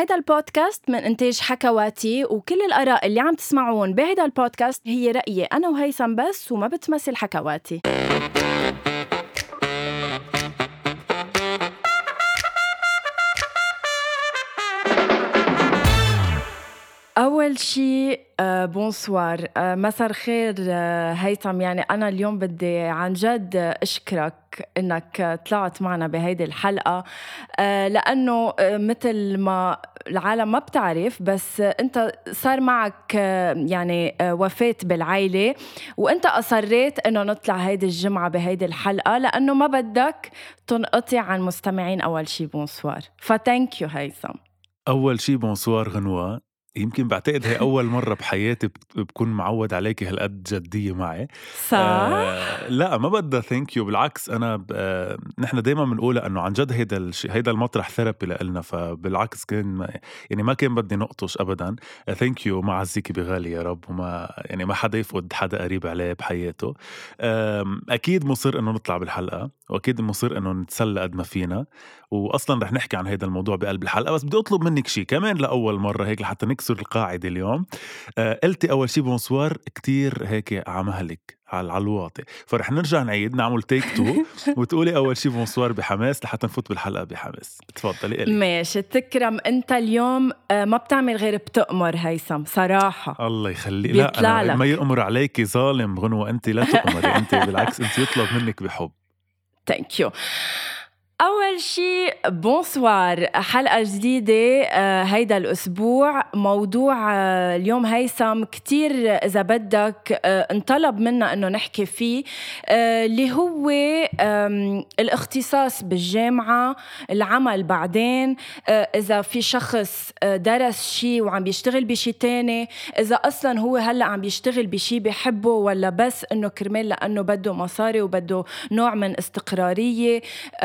هيدا البودكاست من إنتاج حكواتي، وكل الآراء اللي عم تسمعون بهيدا البودكاست هي رأيي أنا وهيثم بس، وما بتمثل حكواتي. أول شي بونسوار، مساء الخير هيثم. يعني أنا اليوم بدي عن جد أشكرك إنك طلعت معنا بهيدي الحلقة، لأنه مثل ما العالم ما بتعرف، بس أنت صار معك يعني وفاة بالعائلة، وأنت أصريت إنه نطلع هيدي الجمعة بهيدي الحلقة لأنه ما بدك تنقطع عن مستمعين. أول شي بونسوار، فتانك يو هيثم. أول شي بونسوار غنوة، يمكن بعتقد هي أول مرة بحياتي بكون معود عليكي هالقد جدية معي. صح؟ لا ما بدها ثانك يو، بالعكس أنا نحن دايما بنقولها أنه عن جد هيدا المطرح ثيرابي لإلنا، فبالعكس كان يعني ما كان بدي نقطش أبدا. ثانك يو، ما عزيكي بغالي يا رب، وما يعني ما حدا يفقد حدا قريب عليه بحياته. أكيد مصر أنه نطلع بالحلقة، وأكيد مصر أنه نتسلى قد ما فينا، وأصلا رح نحكي عن هيدا الموضوع بقلب الحلقة. بس بدي أطلب منك شي كمان لأول مرة هيك لحتى نكسر القاعدة اليوم. قلتي أول شي بونسوار كتير هيك عمهلك على الواطي، فرح نرجع نعمل تيك تو وتقولي أول شي بونسوار بحماس لحتى نفوت بالحلقة بحماس. تفضلي قلي. ماشي، تكرم. انت اليوم ما بتعمل غير بتأمر هيثم صراحة. الله يخلي. لا بيطلع أنا ما لك. يأمر عليكي ظالم غنوة، أنت لا تؤمري، أنت بالعكس أنت يطلب منك بحب. Thank you. أول شي بونسوار، حلقة جديدة هيدا الأسبوع. موضوع اليوم هيثم كتير إذا بدك انطلب منا أنه نحكي فيه، اللي هو الاختصاص بالجامعة، العمل بعدين، إذا في شخص درس شي وعم بيشتغل بشي تاني، إذا أصلا هو هلأ عم بيشتغل بشي بيحبه ولا بس أنه كرمال لأنه بده مصاري وبده نوع من استقرارية.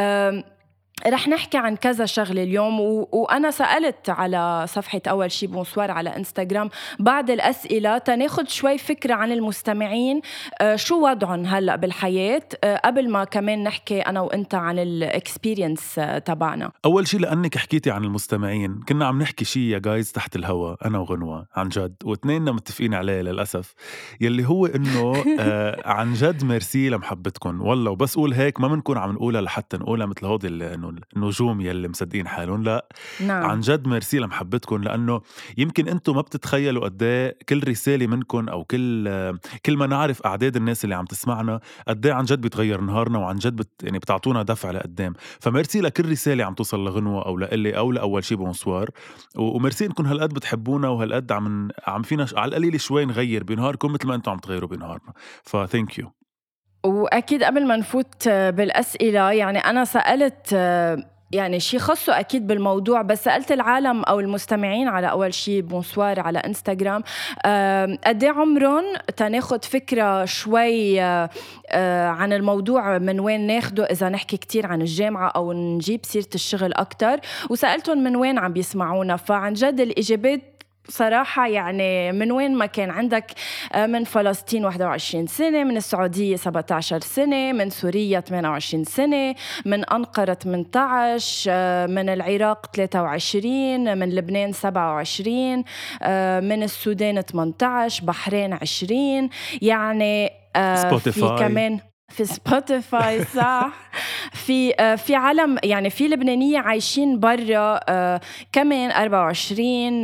رح نحكي عن كذا شغلة اليوم، وأنا سألت على صفحة أول شي بونسوار على إنستغرام بعض الأسئلة تناخد شوي فكرة عن المستمعين، شو وضعهم هلأ بالحياة، قبل ما كمان نحكي أنا وإنت عن الإكسبيرينس تبعنا. أول شي لأنك حكيتي عن المستمعين، كنا عم نحكي شي يا جايز تحت الهوا أنا وغنوة عن جد، واثنيننا متفقين عليه للأسف، يلي هو إنه عن جد ميرسي لمحبتكم والله. وبس أقول هيك ما منكون عم نقولها لحتى نقولها مثل هودي النجوم يلي مصدقين حالهم، لا نعم. عن جد ميرسي لمحبتكم، لأنه يمكن أنتم ما بتتخيلوا قديه كل رسالة منكم أو كل ما نعرف أعداد الناس اللي عم تسمعنا قديه عن جد بيتغير نهارنا، وعن جد يعني بتعطونا دفع لقدام. فميرسي لكل رسالة عم توصل لغنوة أو لإلي أو لأول شي بونسوار، وميرسي إنكم هالقد بتحبونا وهالقد عم فينا على القليل شوي نغير بنهاركم مثل ما أنتم عم تغيروا بنهارنا. فثانك يو. وأكيد قبل ما نفوت بالأسئلة، يعني أنا سألت يعني شي خصو أكيد بالموضوع، بس سألت العالم أو المستمعين على أول شي بونسوار على إنستغرام قدي عمرون تناخد فكرة شوي عن الموضوع، من وين ناخده إذا نحكي كتير عن الجامعة أو نجيب سيرة الشغل أكتر، وسألتهم من وين عم بيسمعونا. فعن جد الإجابات صراحة يعني من وين ما كان عندك، من فلسطين 21 سنة، من السعودية 17 سنة، من سوريا 28 سنة، من أنقرة 18، من العراق 23، من لبنان 27، من السودان 18، بحرين 20. يعني في كمان في سبوتيفاي صح. في عالم يعني في لبنانية عايشين برا كمان 24،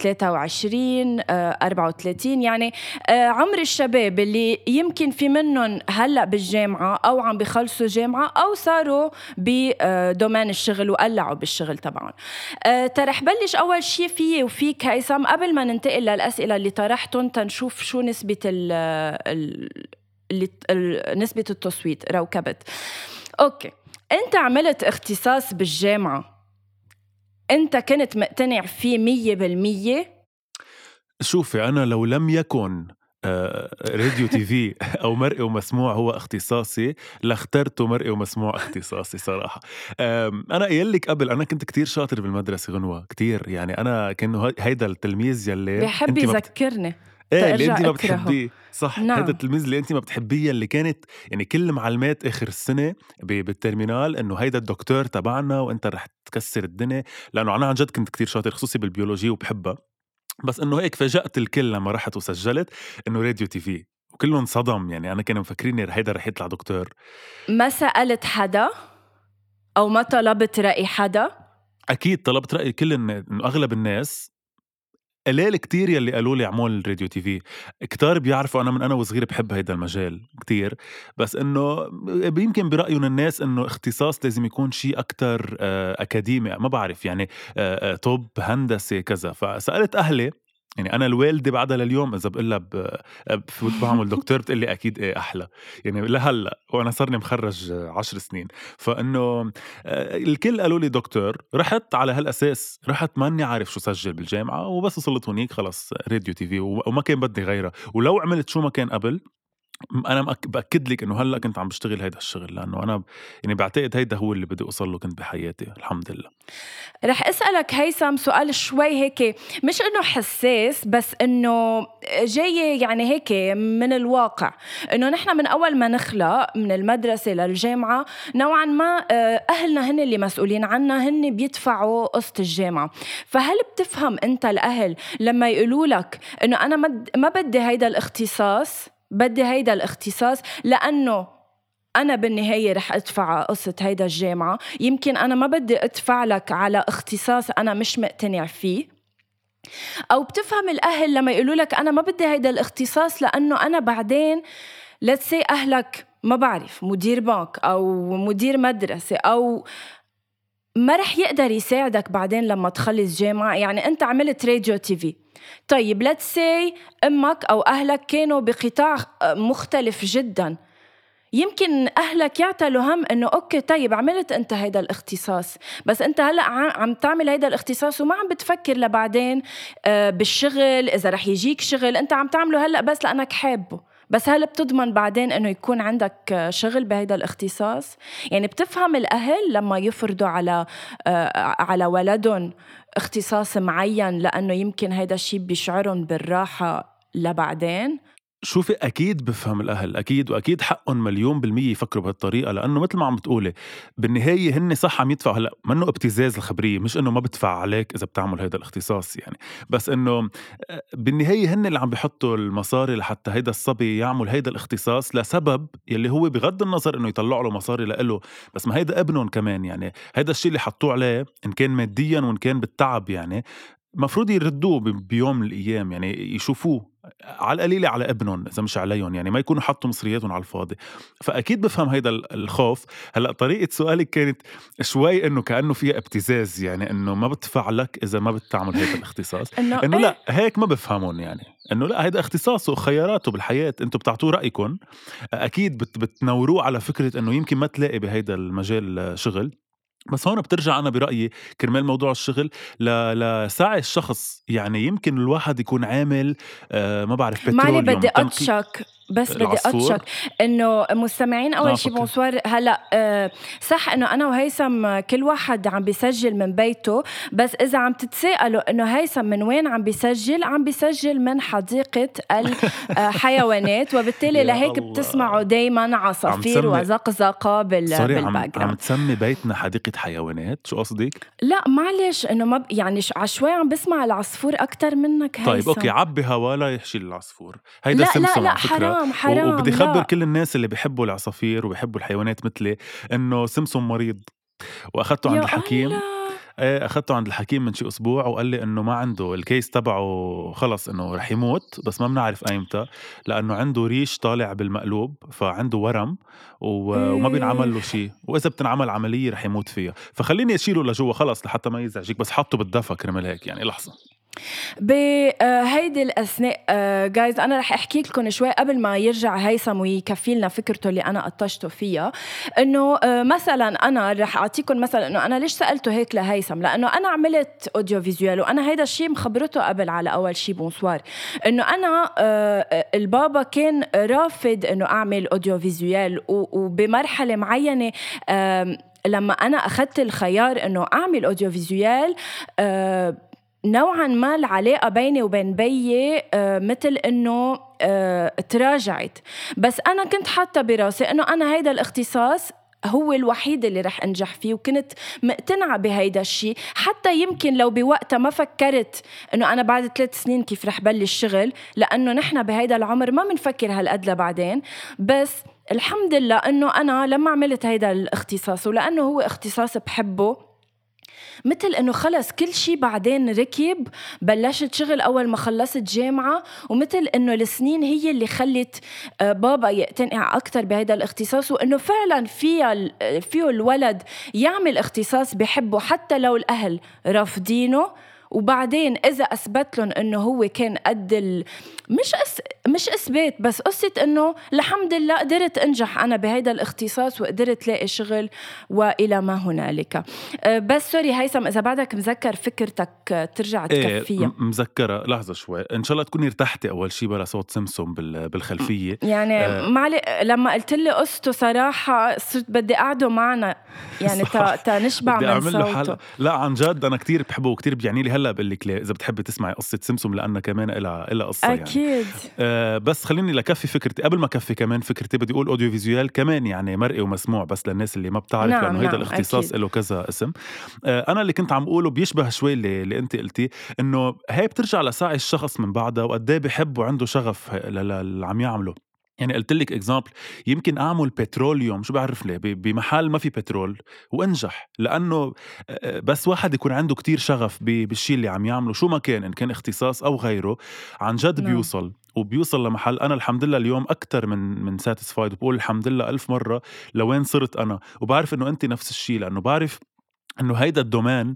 23، 34. يعني عمر الشباب اللي يمكن في منهم هلأ بالجامعة أو عم بيخلصوا جامعة أو صاروا بدومين الشغل وقلعوا بالشغل تبعهم. ترح بلش أول شي فيه وفيك هيثم قبل ما ننتقل للأسئلة اللي طرحتهم تنشوف شو نسبة نسبة التصويت روكبت. أوكي، أنت عملت اختصاص بالجامعة، أنت كنت مقتنع فيه 100%؟ شوفي أنا لو لم يكن راديو تي في أو مرئي ومسموع هو اختصاصي لاخترته مرئي ومسموع اختصاصي صراحة. أنا قيلك قبل أنا كنت كتير شاطر بالمدرسة غنوة كتير، يعني أنا كأنه هيدا التلميذ يلي بحب يذكرني. ايه اللي تأرجع انت ما أكرهه. بتحبيه، صح. هذا نعم. التلميذ اللي انت ما بتحبيه، اللي كانت يعني كل معلومات اخر السنه بالترمينال انه هيدا الدكتور تبعنا وانت رح تكسر الدنيا. لانه انا عن جد كنت كتير شاطر خصوصي بالبيولوجي وبحبها، بس انه هيك فاجأت الكل لما رحت وسجلت انه راديو تي في، وكلهم انصدم. يعني انا كانوا مفكرين هيدا رح يطلع دكتور. ما سألت حدا أو ما طلبت رأي حدا؟ اكيد طلبت راي كل الناس، انه اغلب الناس قليل كتير يلي قالوا لي اعمل راديو تي في. كتار بيعرفوا انا من انا وصغير بحب هيدا المجال كتير، بس انه يمكن برأيهم الناس انه اختصاص لازم يكون شيء اكتر اكاديمي، ما بعرف يعني طب هندسة كذا. فسألت اهلي، يعني انا الوالده بعدها لليوم اذا بقولها بفوت بعمل دكتور بتقول لي اكيد ايه احلى، يعني لهلا وانا صرني مخرج 10 سنين. فانه الكل قالوا لي دكتور. رحت على هالاساس، رحت ماني عارف شو سجل بالجامعه، وبس وصلت هونيك خلص راديو تي في، وما كان بدي غيرها. ولو عملت شو ما كان قبل، انا باكد لك انه هلا كنت عم بشتغل هيدا الشغل، لانه انا يعني بعتقد هيدا هو اللي بدي اوصل له كنت بحياتي الحمد لله. رح أسألك هيثم سؤال شوي هيك، مش إنه حساس بس إنه جاي يعني هيك من الواقع، إنه نحن من أول ما نخلق من المدرسة للجامعة نوعاً ما أهلنا هن اللي مسؤولين عنا، هن بيدفعوا قسط الجامعة. فهل بتفهم أنت الأهل لما يقولوا لك إنه أنا ما بدي هيدا الاختصاص، بدي هيدا الاختصاص لأنه أنا بالنهاية رح أدفع قصة هيدا الجامعة، يمكن أنا ما بدي أدفع لك على اختصاص أنا مش مقتنع فيه؟ أو بتفهم الأهل لما يقولوا لك أنا ما بدي هيدا الاختصاص لأنه أنا بعدين let's say أهلك ما بعرف مدير بنك أو مدير مدرسة أو ما رح يقدر يساعدك بعدين لما تخلص جامعة. يعني أنت عملت راديو تي في، طيب let's say أمك أو أهلك كانوا بقطاع مختلف جداً، يمكن أهلك يعتلوا هم إنه أوكي طيب عملت أنت هيدا الاختصاص، بس أنت هلأ عم تعمل هيدا الاختصاص وما عم بتفكر لبعدين بالشغل إذا رح يجيك شغل، أنت عم تعمله هلأ بس لأنك حابه، بس هل بتضمن بعدين إنه يكون عندك شغل بهيدا الاختصاص؟ يعني بتفهم الأهل لما يفرضوا على ولدهم اختصاص معين لأنه يمكن هيدا الشيء بيشعرهم بالراحة لبعدين؟ شوفي أكيد بفهم الأهل، أكيد، وأكيد حقهم 1,000,000% يفكروا بهالطريقة، لأنه مثل ما عم بتقولي بالنهاية هن صح عم يدفعوا. هلأ منه ابتزاز الخبرية، مش إنه ما بدفع عليك إذا بتعمل هيدا الاختصاص يعني، بس إنه بالنهاية هن اللي عم بيحطوا المصاري لحتى هيدا الصبي يعمل هيدا الاختصاص لسبب يلي هو بغض النظر إنه يطلع له مصاري لإله، بس ما هيدا ابنهم كمان. يعني هيدا الشيء اللي حطوه عليه إن كان ماديا وإن كان بالتعب، يعني مفروض يردوه بيوم من الأيام، يعني يشوفوه على القليلة على ابنهم إذا مش عليهم، يعني ما يكونوا حطوا مصرياتهم على الفاضي. فأكيد بفهم هيدا الخوف. هلأ طريقة سؤالك كانت شوي إنه كأنه فيها ابتزاز، يعني إنه ما بتدفع لك إذا ما بتعمل هيدا الاختصاص. إنه إنه إيه؟ لا، هيك ما بفهمون، يعني إنه لا، هيدا اختصاصه وخياراته بالحياة، أنتوا بتعطوه رأيكم. أكيد بتنوروه على فكرة إنه يمكن ما تلاقي بهيدا المجال شغل. بس هون بترجع أنا برأيي كرمال موضوع الشغل لسعي الشخص. يعني يمكن الواحد يكون عامل ما بعرف مالي بدي بتروليوم أطشك، بس بدي العصفور. أطشك إنه مستمعين أول شي فكر بونسوار. هلأ صح إنه أنا وهيثم كل واحد عم بيسجل من بيته، بس إذا عم تتساءلوا إنه هيثم من وين عم بيسجل من حديقة الحيوانات، وبالتالي يا لهيك بتسمعوا الله، دايماً عم عصافير تسمي وزقزقة سوري، بالباك عم جراوند. تسمي بيتنا حديقة حيوانات؟ شو قصدك؟ لا معلش إنه ما يعني عشوائي عم بسمع العصفور أكتر منك طيب أوكي، هيثم. عبي هوا لا يحشي العصفور. هيدا لا لا سمسم لا، على فكرة. حرام وبدي حرام خبر لا. كل الناس اللي بيحبوا العصافير وبيحبوا الحيوانات مثلي إنه سمسم مريض، وأخدته عند يا الحكيم. الله. ايه، اخدته عند الحكيم من شي اسبوع، وقال لي انه ما عنده الكيس تبعه، خلص انه رح يموت، بس ما بنعرف ايمتى، لانه عنده ريش طالع بالمقلوب، فعنده ورم وما بينعمل إيه. له شيء، واذا بتنعمل عمليه رح يموت فيها. فخليني اشيله لجوا خلص لحتى ما يزعجك، بس حطه بالدفا كرمال هيك يعني لحظه. بهيدي الأثناء جايز أنا رح أحكي لكم شوي قبل ما يرجع هيثم ويكفي لنا فكرته اللي أنا قطشته فيها. إنه مثلا أنا رح أعطيكم مثلا إنه أنا ليش سألته هيك لهيثم، لأنه أنا عملت أوديو فيزيوال، وأنا هيدا الشيء مخبرته قبل على أول شيء بونسوار، إنه أنا البابا كان رافض إنه أعمل أوديو فيزيوال، وبمرحلة معينة لما أنا أخذت الخيار إنه أعمل أوديو فيزيوال نوعا ما العلاقة بيني وبين بيي مثل إنه تراجعت. بس أنا كنت حاطة براسي إنه أنا هيدا الاختصاص هو الوحيد اللي رح أنجح فيه، وكنت مقتنعة بهيدا الشيء. حتى يمكن لو بوقتها ما فكرت إنه أنا بعد 3 سنين كيف رح بلش شغل، لأنه نحن بهيدا العمر ما منفكر هالقد لبعدين. بس الحمد لله إنه أنا لما عملت هيدا الاختصاص، ولأنه هو اختصاص بحبه، مثل إنه خلص كل شي بعدين ركب. بلشت شغل أول ما خلصت جامعة، ومثل إنه السنين هي اللي خلت بابا يقتنع أكتر بهذا الاختصاص، وإنه فعلا فيه الولد يعمل اختصاص بحبه حتى لو الأهل رافضينه. وبعدين إذا أثبت لهم إنه هو كان قد مش إثبات، بس قصة إنه الحمد لله قدرت أنجح أنا بهيدا الاختصاص وقدرت لاقي شغل وإلى ما هنالك. بس سوري هيثم، إذا بعدك مذكر فكرتك ترجع تكفيها. مذكرة. لحظة شوي، إن شاء الله تكوني ارتحتي أول شي بلا صوت سمسم بالخلفية. يعني لما قلت لي قصته صراحة صرت بدي أقعده معنا، يعني تا نشبع من صوته. لا عن جد أنا كتير بحبه وكتير بيعني لي. هلأ بقول لك ليه، إذا بتحبي تسمعي قصة سمسم لأنها كمان إلها قصة أكيد. يعني. بس خليني لكفي فكرتي. قبل ما كفي كمان فكرتي بدي أقول أوديو فيزيوال كمان يعني مرئي ومسموع، بس للناس اللي ما بتعرف. نعم لأنه هيدا الاختصاص له كذا اسم. أنا اللي كنت عم أقوله بيشبه شوي اللي أنت قلتي، إنه هاي بترجع لسعي الشخص من بعدها وقديه بيحب وعنده شغف اللي عم يعمله. يعني قلت لك اكزامبل، يمكن اعمل بتروليوم شو بعرف ليه بمحل ما في بترول وانجح، لانه بس واحد يكون عنده كتير شغف بالشيء اللي عم يعمله، شو ما كان، ان كان اختصاص او غيره، عن جد بيوصل. وبيوصل لمحل. انا الحمد لله اليوم اكتر من ساتيسفايد، وبقول الحمد لله 1000 مرة لوين صرت انا. وبعرف انه انت نفس الشيء، لانه بعرف انه هيدا الدومين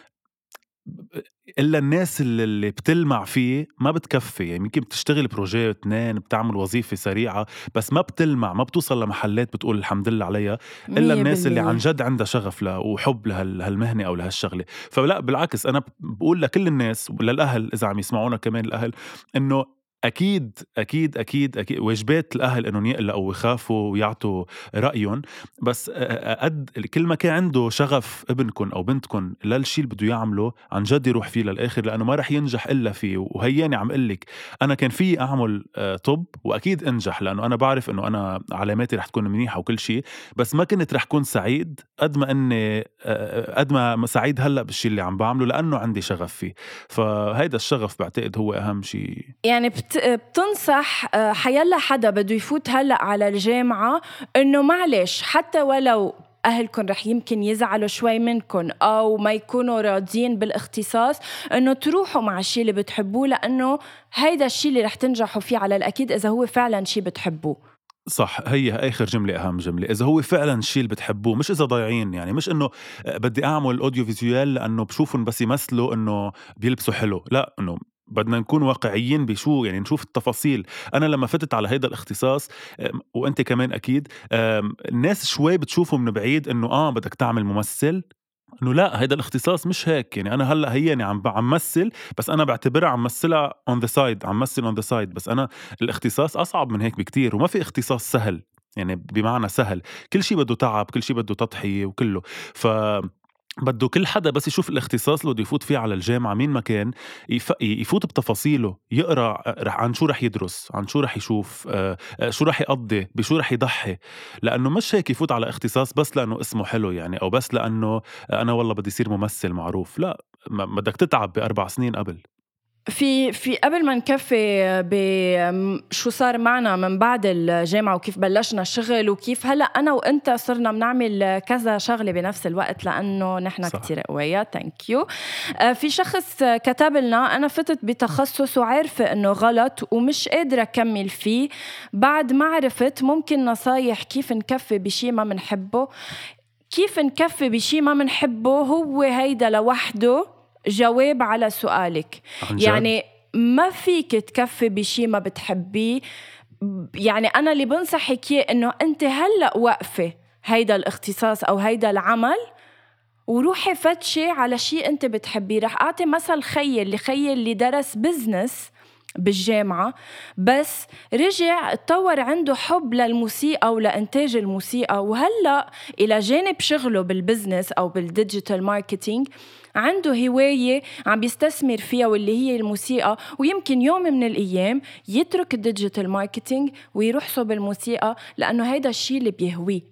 إلا الناس اللي بتلمع فيه ما بتكفي. يعني يمكن بتشتغل بروجيه 2، بتعمل وظيفة سريعة، بس ما بتلمع، ما بتوصل لمحلات بتقول الحمد لله عليها، إلا الناس اللي عن جد عندها شغف وحب لهالمهنة أو لهالشغلة. فلا بالعكس، أنا بقول لكل الناس وللأهل إذا عم يسمعونا كمان الأهل، إنه أكيد أكيد أكيد أكيد واجبات الأهل إنهم يقلقوا ويخافوا ويعطوا رأيهم، بس قد كل ما كان عنده شغف ابنكم أو بنتكم للشي اللي بده يعمله، عن جد يروح فيه للآخر، لأنه ما رح ينجح إلا فيه. وهياني عم قلك أنا كان فيه أعمل طب وأكيد أنجح، لأنه أنا بعرف إنه أنا علاماتي رح تكون منيحة وكل شيء، بس ما كنت رح كون سعيد قد ما سعيد هلأ بالشي اللي عم بعمله، لأنه عندي شغف فيه. فهيدا الشغف بعتقد هو أهم شيء. يعني بتنصح حيلا حدا بده يفوت هلأ على الجامعة إنه معلش، حتى ولو أهلكم رح يمكن يزعلوا شوي منكم أو ما يكونوا راضين بالاختصاص، إنه تروحوا مع الشيء اللي بتحبوه، لأنه هيدا الشيء اللي رح تنجحوا فيه على الأكيد إذا هو فعلا شيء بتحبوه. صح، هي آخر جملة أهم جملة، إذا هو فعلا الشيء اللي بتحبوه، مش إذا ضايعين. يعني مش إنه بدي أعمل أوديو فيزيوال لأنه بشوفهم بس يمثلوا إنه بيلبسوا حلو، لا، إنه بدنا نكون واقعيين بشو، يعني نشوف التفاصيل. أنا لما فتت على هيدا الاختصاص وأنت كمان أكيد، الناس شوي بتشوفه من بعيد إنه بدك تعمل ممثل، إنه لا، هيدا الاختصاص مش هيك. يعني أنا هلأ هيني عم مثل، بس أنا بعتبرها عم مثلها on the side، عم مثل on the side. بس أنا الاختصاص أصعب من هيك بكتير، وما في اختصاص سهل، يعني بمعنى سهل. كل شي بده تعب، كل شي بده تضحية وكله. بده كل حدا بس يشوف الاختصاص اللي بده يفوت فيه على الجامعة مين ما كان، يفوت بتفاصيله، يقرأ عن شو رح يدرس، عن شو رح يشوف، شو رح يقضي، بشو رح يضحي. لأنه مش هيك يفوت على اختصاص بس لأنه اسمه حلو يعني، أو بس لأنه أنا والله بدي يصير ممثل معروف. لا، بدك تتعب ب4 سنين قبل. في قبل ما نكفي بشو صار معنا من بعد الجامعة وكيف بلشنا الشغل، وكيف هلأ أنا وإنت صرنا بنعمل كذا شغلة بنفس الوقت، لأنه نحن كتير قوية. thank you. في شخص كتب لنا: أنا فتت بتخصص وعارفة إنه غلط ومش قادرة أكمل فيه، بعد ما عرفت ممكن نصايح كيف نكفي بشي ما منحبه. كيف نكفي بشي ما منحبه هو هيدا لوحده جواب على سؤالك. يعني ما فيك تكفي بشي ما بتحبيه. يعني أنا اللي بنصحك إنه أنت هلأ وقفة هيدا الاختصاص أو هيدا العمل وروحي فتشي على شي أنت بتحبيه. رح أعطي مثل خي اللي درس بزنس بالجامعة، بس رجع اتطور عنده حب للموسيقى ولإنتاج الموسيقى، وهلأ إلى جانب شغله بالبزنس أو بالديجيتال ماركتينج عنده هواية عم بيستثمر فيها واللي هي الموسيقى، ويمكن يوم من الأيام يترك الديجيتال ماركتينج ويروح صوب الموسيقى، لأنه هيدا الشيء اللي بيهويه.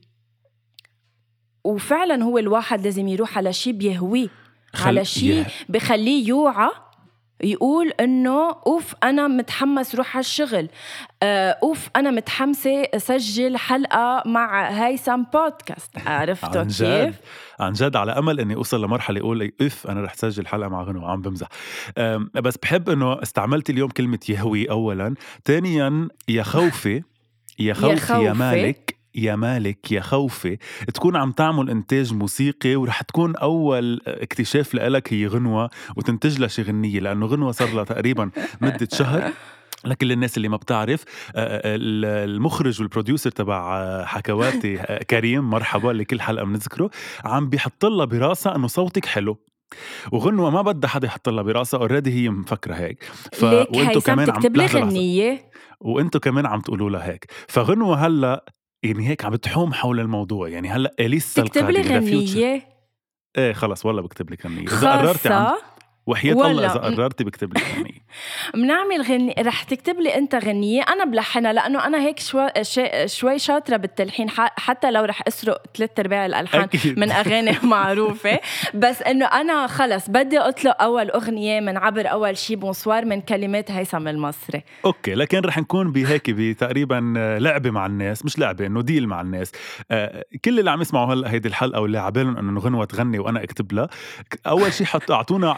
وفعلا هو الواحد لازم يروح على شيء بيهويه، على شيء بخليه يوعى، يقول إنه أوف أنا متحمس روح على الشغل، أوف أنا متحمسة أسجل حلقة مع هيثم بودكاست. عرفتوا كيف؟ عن جد على أمل أني أوصل لمرحلة أقول إف أنا رح سجل حلقة مع غنوة، عم بمزح. بس بحب أنه استعملت اليوم كلمة يهوي أولا، ثانيا يا خوفي يا خوفي يا مالك يا مالك يا خوفي تكون عم تعمل إنتاج موسيقي ورح تكون أول اكتشاف لإلك هي غنوة وتنتج لها شي غنية، لأنه غنوة صار لها تقريبا مدة شهر. لكل الناس اللي ما بتعرف، المخرج والبروديوسر تبع حكواتي كريم مرحبا اللي كل حلقة بنذكره، عم بيحط لها براسها إنه صوتك حلو، وغنوة ما بدها حدا يحط لها براسها، اوريدي هي مفكرة هيك. وانتو كمان عم تكتب لي غنية وانتو كمان عم تقولوا لها هيك. فغنوة هلا يعني هيك عم بتحوم حول الموضوع، يعني هلا إليسا تكتب لي غنية. ايه خلص والله بكتب لك غنية إذا قررتي وحياة الله إذا قررتي بكتب لك غنية. بنعمل غنية، رح تكتب لي أنت غنية أنا بلحنها، لأنه أنا هيك شوي شاطرة بالتلحين، حتى لو رح أسرق 3/4 الألحان أكيد. من أغاني معروفة. بس إنه أنا خلص بدي أطلق أول أغنية من عبر أول شي بونسوار من كلمات هيثم المصري. أوكي، لكن رح نكون بهيك بتقريبا لعبة مع الناس، مش لعبة إنه ديل مع الناس. كل اللي عم يسمعوا هلا هيدي الحلقة واللي عبالهم إنه غنوة تغني وأنا أكتب لها، أول شي أعطونا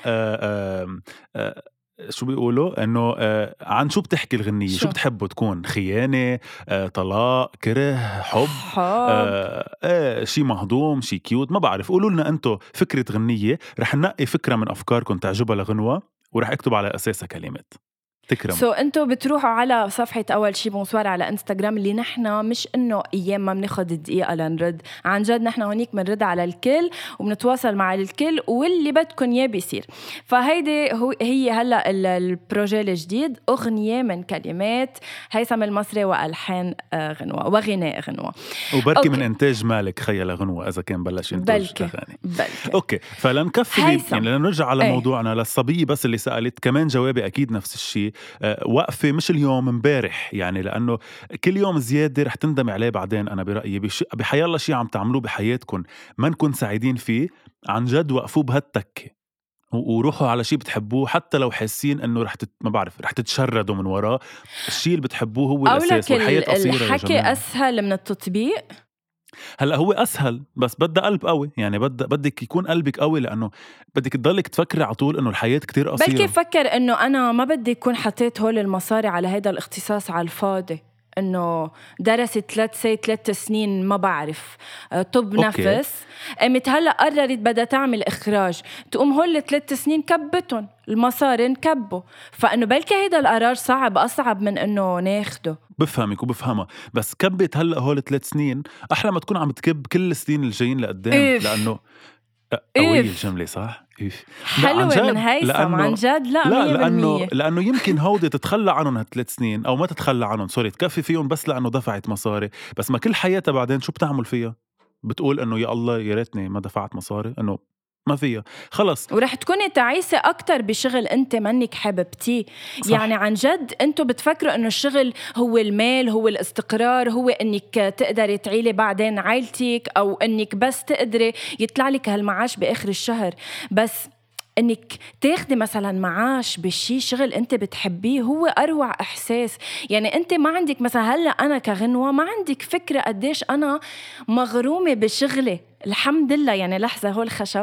شو بيقولوا إنه عن شو بتحكي الغنية، شو بتحبوا تكون، خيانة، طلاق، كره، حب. شي مهضوم، شي كيوت، ما بعرف. قولوا لنا أنتو فكرة غنية، رح ننقي فكرة من أفكاركم تعجبها لغنوة ورح اكتب على أساسها كلمات. تكرموا. انتو بتروحوا على صفحة أول شي بونسوار على انستغرام، اللي نحنا مش إنه أيام ما بناخد دقيقة لنرد، عن جد نحنا هونيك بنرد على الكل وبنتواصل مع الكل، واللي بدكن ياه بيصير. فهيدي هي هلا البروجي الجديد، أغنية من كلمات هيثم المصري وألحان غنوة وغناء غنوة، وبركي من إنتاج مالك خيال غنوة إذا كان بلش ينتج أغاني. أوكي، فلنكفي يعني لنرجع على موضوعنا للصبية. بس اللي سألت كمان جوابي أكيد نفس الشيء، وقفة مش اليوم امبارح، يعني لأنه كل يوم زيادة رح تندم عليه بعدين. أنا برأيي بحيالله شيء عم تعملوه بحياتكم ما نكون سعيدين فيه، عن جد وقفوه بهالتكة وروحوا على شيء بتحبوه، حتى لو حاسين انه ما بعرف رح تتشردوا من وراه. الشيء اللي بتحبوه هو الاساس، والحياة قصيرة. الحكي اسهل من التطبيق. هلا هو اسهل بس بدها قلب قوي، يعني بدك يكون قلبك قوي، لانه بدك تضلك تفكري على طول انه الحياة كتير قصيرة. بلكي فكر انه انا ما بدي يكون حطيت هول المصاري على هذا الاختصاص على الفاضي، انه درست 3 سنين ما بعرف طب نفس، قامت هلا قررت بدها تعمل اخراج، تقوم هول 3 سنين كبتهم المصاري نكبوا. فانه بلكي هيدا القرار صعب، اصعب من انه ناخده. بفهمك وبفهمها، بس كبت هلا هول 3 سنين احلى ما تكون عم تكب كل السنين الجايين لقدام. لانه قوية الجملة صح؟ حلوة من هيثم عن جد. لا لأنه يمكن هودي تتخلى عنهم هال3 سنين أو ما تتخلى عنهم، سوري، تكفي فيهم بس لأنه دفعت مصاري. بس ما كل حياتها بعدين شو بتعمل فيها؟ بتقول إنه يا الله يا ريتني ما دفعت مصاري، إنه ما فيها خلص. ورح تكوني تعيسة أكتر بشغل أنت منك حببتيه. يعني عن جد أنتوا بتفكروا إنه الشغل هو المال، هو الاستقرار، هو إنك تقدري تعيلي بعدين عائلتك، أو إنك بس تقدري يطلع لك هالمعاش بآخر الشهر. بس إنك تاخدي مثلا معاش بشي شغل أنت بتحبيه هو أروع إحساس. يعني أنت ما عندك مثلا، هلأ أنا كغنوة ما عندك فكرة قديش أنا مغرومة بشغلي الحمد لله. يعني لحظة، هو الخشب،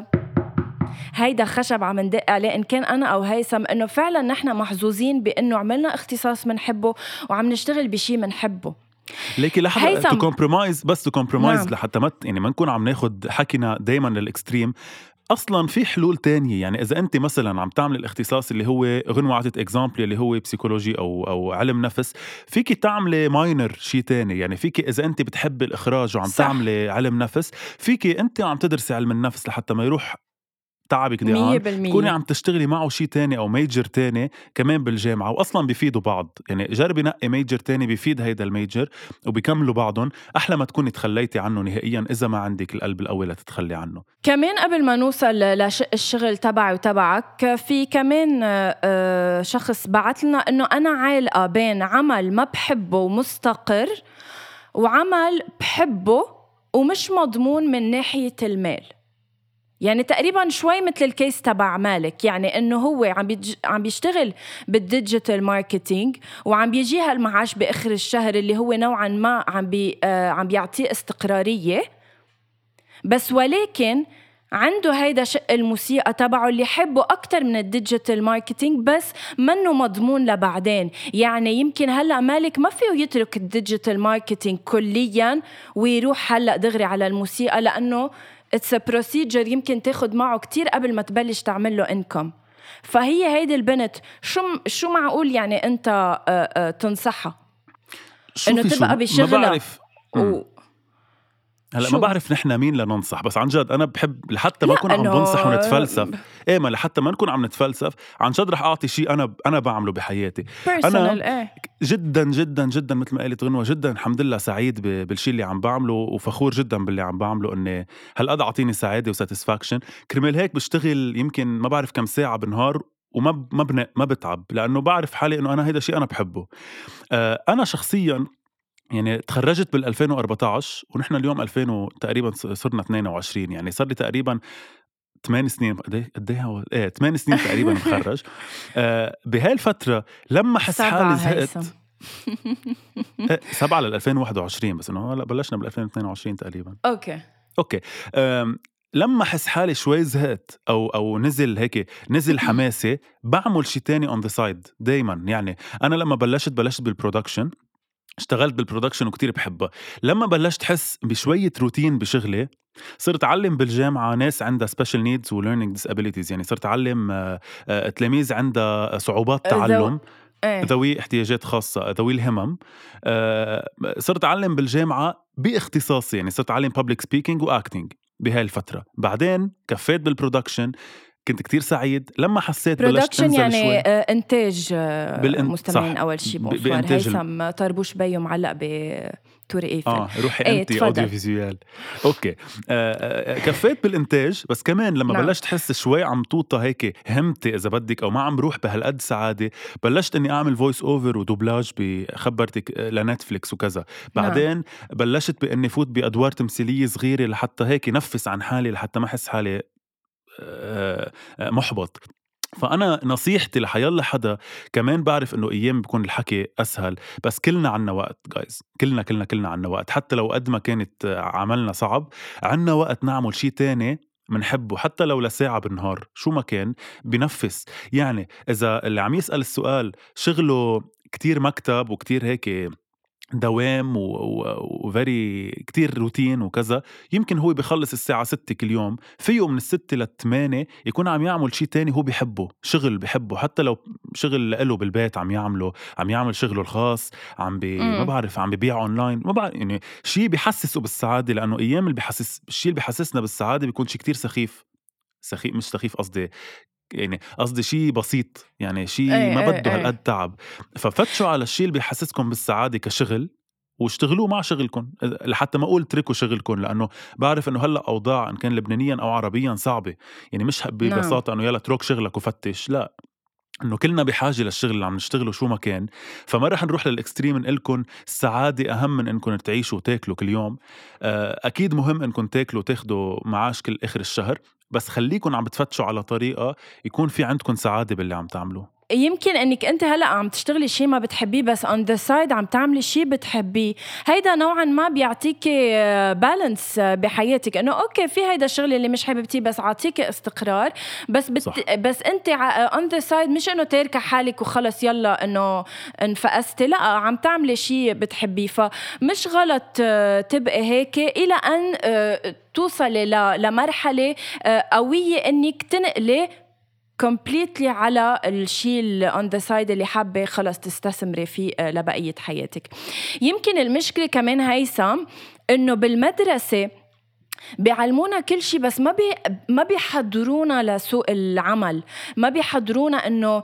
هيدا خشب عم ندق عليه إن كان أنا أو هيثم، إنه فعلا نحن محظوظين بأنه عملنا اختصاص منحبه وعم نشتغل بشي منحبه. ليكي لحظة تو كومبرومايز، بس تو كومبرومايز لحتى ما يعني ما نكون عم ناخد حكينا دايما للإكستريم. أصلاً في حلول تانية. يعني إذا أنت مثلاً عم تعمل الاختصاص اللي هو غنوة عطت إكزامبل اللي هو بسيكولوجي أو علم نفس، فيكي تعملي ماينر شي تاني. يعني فيكي إذا أنت بتحب الإخراج وعم تعملي علم نفس، فيكي أنت عم تدرسي علم النفس لحتى ما يروح تعبك دهان تكوني عم تشتغلي معه شيء تاني أو ميجر تاني كمان بالجامعة، وأصلا بيفيدوا بعض. يعني جربي نقي ميجر تاني بيفيد هيدا الميجر وبيكملوا بعضهم، أحلى ما تكوني تخليتي عنه نهائيا إذا ما عندك القلب القوي لتتخلي عنه. كمان قبل ما نوصل للشغل تبعي وتبعك، في كمان شخص بعت لنا إنه أنا عالقة بين عمل ما بحبه ومستقر وعمل بحبه ومش مضمون من ناحية المال. يعني تقريباً شوي مثل الكيس تبع مالك، يعني إنه هو عم بيشتغل بالديجيتال ماركتينج وعم بيجيها المعاش بآخر الشهر اللي هو نوعاً ما عم بيعطيه استقرارية، بس ولكن عنده هيدا شق الموسيقى تبعه اللي يحبه أكتر من الديجيتال ماركتينج، بس منه مضمون لبعدين. يعني يمكن هلأ مالك ما فيه يترك الديجيتال ماركتينج كلياً ويروح هلأ دغري على الموسيقى، لأنه it's a procedure يمكن تاخد معه كتير قبل ما تبلش تعمل له income. فهي هيدي البنت شو معقول يعني أنت تنصحها إنه تبقى بشغلها؟ هلا ما بعرف نحن مين لننصح، بس عن جد أنا بحب لحتى ما نكون عم بنصح ونتفلسف. إيه ما لحتى ما نكون عم نتفلسف، عن جد رح أعطي شيء أنا بعمله بحياتي. أنا جدا جدا جدا مثل ما قالت غنوة، جدا الحمد لله سعيد بالشيء اللي عم بعمله وفخور جدا باللي عم بعمله، إني هالقد أعطيني سعادة وساتسفاكشن. كرمال هيك بشتغل يمكن ما بعرف كم ساعة بالنهار وما بتعب، لأنه بعرف حالي إنه أنا هيدا شيء أنا بحبه. أنا شخصيا يعني تخرجت بال2014 ونحن اليوم 2000 تقريبا صرنا 22، يعني صار لي تقريبا 8 سنين. قديها 8 سنين تقريبا مخرج. بهاي الفترة لما حس حالي زهقت 7 لل2021، بس انه هلا بلشنا بال2022 تقريبا. اوكي لما حس حالي شوي زهقت او نزل حماسي، بعمل شي تاني on the side دايما. يعني انا لما بلشت بالبرودكشن، اشتغلت بالبرودكشن وكتير بحبها. لما بلشت حس بشوية روتين بشغلي، صرت أعلم بالجامعة ناس عندها special needs و learning disabilities، يعني صرت أعلم تلاميذ عندها صعوبات تعلم، ذوي احتياجات خاصة، ذوي الهمم. صرت أعلم بالجامعة باختصاصي، يعني صرت أعلم public speaking و acting بهاي الفترة. بعدين كفيت بالبرودكشن، كنت كتير سعيد لما حسيت بلشت انزل يعني شوي. إنتاج مستمعين أول شيء بونسوار. هيثم طربوش بيو معلق بتوري إيفل. روحي أنتي أوديو فيزيوال. أوكي. كفيت بالإنتاج، بس كمان لما بلشت حس شوي عم توطى هيك همتي إذا بدك، أو ما عم بروح بهالقد سعادة، بلشت إني أعمل فويس أوفر ودوبلاج بخبرتك لنتفليكس وكذا. بعدين بلشت بإني فوت بأدوار تمثيلية صغيرة لحتى هيك نفس عن حالي، لحتى ما حس حالي محبط. فأنا نصيحتي لحيالله حدا كمان بعرف إنه أيام بيكون الحكي أسهل، بس كلنا عنا وقت جايز، كلنا عنا وقت. حتى لو قد ما كانت عملنا صعب، عنا وقت نعمل شي تاني منحبه، حتى لو لساعة بالنهار، شو ما كان بنفس. يعني إذا اللي عم يسأل السؤال شغله كتير مكتب وكتير هيك دوام وفري كتير روتين وكذا، يمكن هو بيخلص الساعة 6 كل يوم، فيه من 6 ل8 يكون عم يعمل شي تاني هو بيحبه، شغل بيحبه، حتى لو شغل له بالبيت عم يعمل شغله الخاص، ما بعرف عم بيبيع اونلاين، ما بعرف، يعني شي بيحسسه بالسعادة. لأنه أيام الشي اللي بيحسسنا بالسعادة بيكون شي كتير سخيف، مش سخيف قصدي، يعني قصدي شيء بسيط، يعني شيء ما بده هالقد تعب. ففتشوا على الشيء اللي بيحسسكم بالسعادة كشغل واشتغلوا مع شغلكم، لحتى ما أقول تركوا شغلكم، لأنه بعرف أنه هلأ أوضاع إن كان لبنانيا أو عربيا صعبة. يعني مش ببساطة أنه يلا ترك شغلك وفتش، لا، إنه كلنا بحاجة للشغل اللي عم نشتغله شو ما كان. فما رح نروح للإكستريم نقلكم السعادة أهم من إنكم تعيشوا وتاكلوا كل يوم. أكيد مهم إنكم تاكلوا وتاخدوا معاش كل آخر الشهر، بس خليكن عم بتفتشوا على طريقة يكون في عندكم سعادة باللي عم تعملوه. يمكن انك انت هلا عم تشتغلي شيء ما بتحبيه، بس on the side عم تعملي شيء بتحبيه، هيدا نوعا ما بيعطيك بالانس بحياتك. انه اوكي في هيدا الشغل اللي مش حاببتيه بس عطيك استقرار، بس انت on the side مش انه تاركه حالك وخلص يلا انه انفقستي، لا، عم تعملي شيء بتحبيه. فمش غلط تبقي هيك الى ان توصلي لمرحله قويه انك تنقلي completely على الشيء on the side اللي حابة خلص تستثمري فيه لبقية حياتك. يمكن المشكلة كمان هيثم إنه بالمدرسة بيعلمونا كل شيء، بس ما بيحضرونا لسوق العمل، ما بيحضرونا انه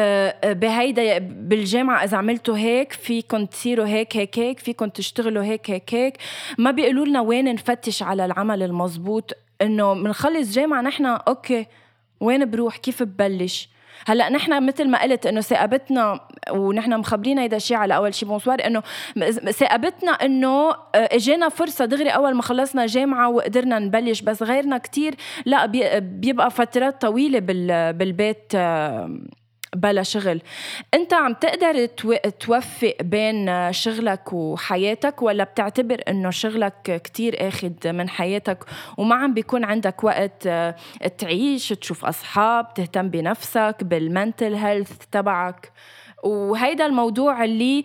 بهيدا بالجامعه اذا عملتوا هيك فيكم تصيروا هيك هيك هيك، فيكم تشتغلوا هيك هيك هيك. ما بيقولوا لنا وين نفتش على العمل المزبوط، انه منخلص جامعه نحن اوكي وين بروح كيف ببلش. هلا نحن مثل ما قلت انه ثقبتنا، ونحن مخبرين هيدا الشيء على اول شيء بونسوار، انه ثقبتنا انه اجينا فرصه دغري اول ما خلصنا جامعه وقدرنا نبلش، بس غيرنا كتير لا بيبقى فترات طويله بالبيت بلا شغل. انت عم تقدر توفق بين شغلك وحياتك، ولا بتعتبر انه شغلك كتير اخد من حياتك وما عم بيكون عندك وقت تعيش، تشوف اصحاب، تهتم بنفسك، بالمنتل هيلث تبعك؟ وهيدا الموضوع اللي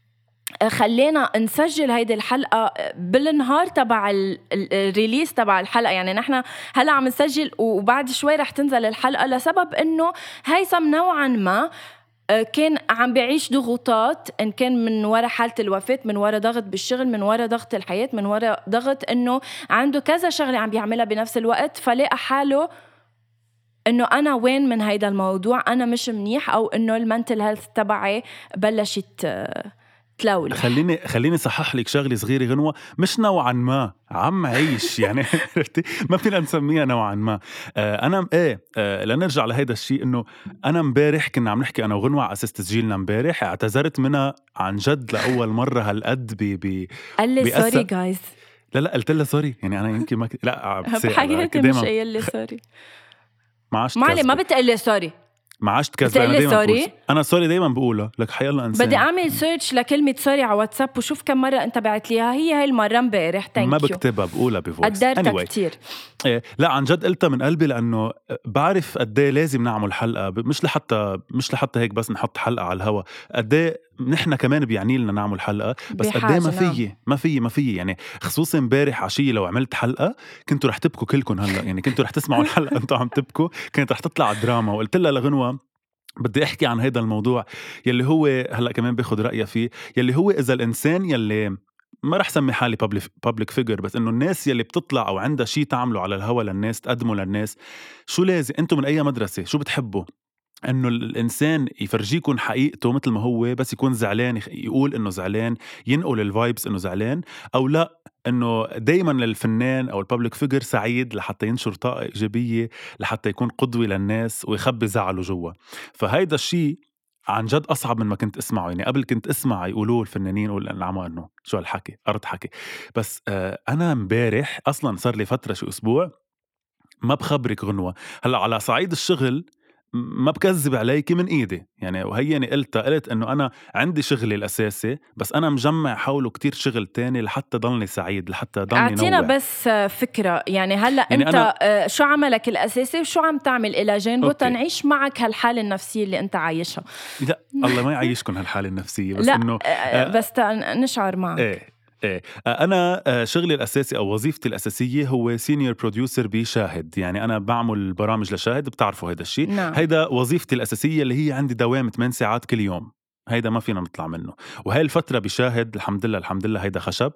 خلينا نسجل هيدي الحلقة بالنهار تبع الريليس تبع الحلقة. يعني نحن هلأ عم نسجل وبعد شوي رح تنزل الحلقة، لسبب انه هيثم نوعا ما كان عم بيعيش ضغوطات، إن كان من وراء حالة الوفاة، من وراء ضغط بالشغل، من وراء ضغط الحياة، من وراء ضغط إنه عنده كذا شغلة عم بيعملها بنفس الوقت، فلاقى حاله إنه أنا وين من هيدا الموضوع، أنا مش منيح، أو إنه المنتل هيلث تبعي بلشت تلول. خليني صحح لك شغلة صغيرة غنوة، مش نوعا ما عم عيش يعني ما فينا نسميها نوعا ما. أنا لنرجع لهيدا الشيء، إنه أنا مبارح كنا عم نحكي أنا وغنوة على أساس تسجيلنا مبارح، اعتذرت منها عن جد لأول مرة هالقد قال لي سوري جايز. لا قلت لها سوري، يعني أنا يمكن ما لا بحياتي مش قايل لي سوري. ما بتقول لي سوري، ما عشت كذا. انا سوري دايما بقولها لك، حي الله انسان. بدي اعمل سيرش لكلمه سوري على واتساب وشوف كم مره انت بعت ليها. هي المره امبارح ما بكتبها، بقولها بفويس. قدرتها كتير. لا عن جد قلتها من قلبي، لانه بعرف قد ايه لازم نعمل حلقه، مش لحتى هيك بس نحط حلقه على الهوا. قد ايه نحن كمان بيعني لنا نعمل حلقه، بس قد ايه ما في يعني خصوصا امبارح عشيه لو عملت حلقه كنتوا رح تبكوا كلكم. هلا يعني كنتوا رح تسمعوا الحلقه انتوا عم تبكوا، كانت رح تطلع دراما. وقلت لها لغنوة بدي احكي عن هيدا الموضوع يلي هو هلا كمان باخد رأيها فيه، يلي هو اذا الانسان يلي ما رح سمي حالي public figure، بس انه الناس يلي بتطلع او عندها شيء تعمله على الهوا للناس، تقدمه للناس، شو لازم انتم من اي مدرسة شو بتحبوا؟ انه الانسان يفرجيكم حقيقته مثل ما هو، بس يكون زعلان يقول انه زعلان، ينقل الفايبس انه زعلان، او لا انه دايما للفنان او البابليك فيجر سعيد لحتى ينشر طاقة ايجابية، لحتى يكون قدوة للناس ويخبي زعله جوا. فهيدا الشيء عن جد اصعب من ما كنت اسمعه. يعني قبل كنت اسمع يقولوه الفنانين والانعماء انه شو هالحكي، ارض حكي. بس انا مبارح اصلا صار لي فترة شو اسبوع ما بخبرك غنوة، هلا على صعيد الشغل ما بكذب عليكي من ايدي يعني، وهيني قلت انه انا عندي شغلي الاساسي، بس انا مجمع حوله كتير شغل تاني لحتى ضلني سعيد، لحتى ضلني اعطينا بس فكرة يعني هلا يعني انت شو عملك الاساسي وشو عم تعمل الى جانبه تنعيش معك هالحالة النفسية اللي انت عايشها؟ لا الله ما يعيشكم هالحالة النفسية، بس لا انه بس نشعر معك. أنا شغلي الأساسي أو وظيفتي الأساسية هو سينيور بروديوسر بشاهد. يعني أنا بعمل برامج لشاهد، بتعرفوا هيدا الشيء. نعم. هيدا وظيفتي الأساسية اللي هي عندي دوام 8 ساعات كل يوم، هيدا ما فينا نطلع منه. وهي الفترة بشاهد الحمد لله هيدا خشب.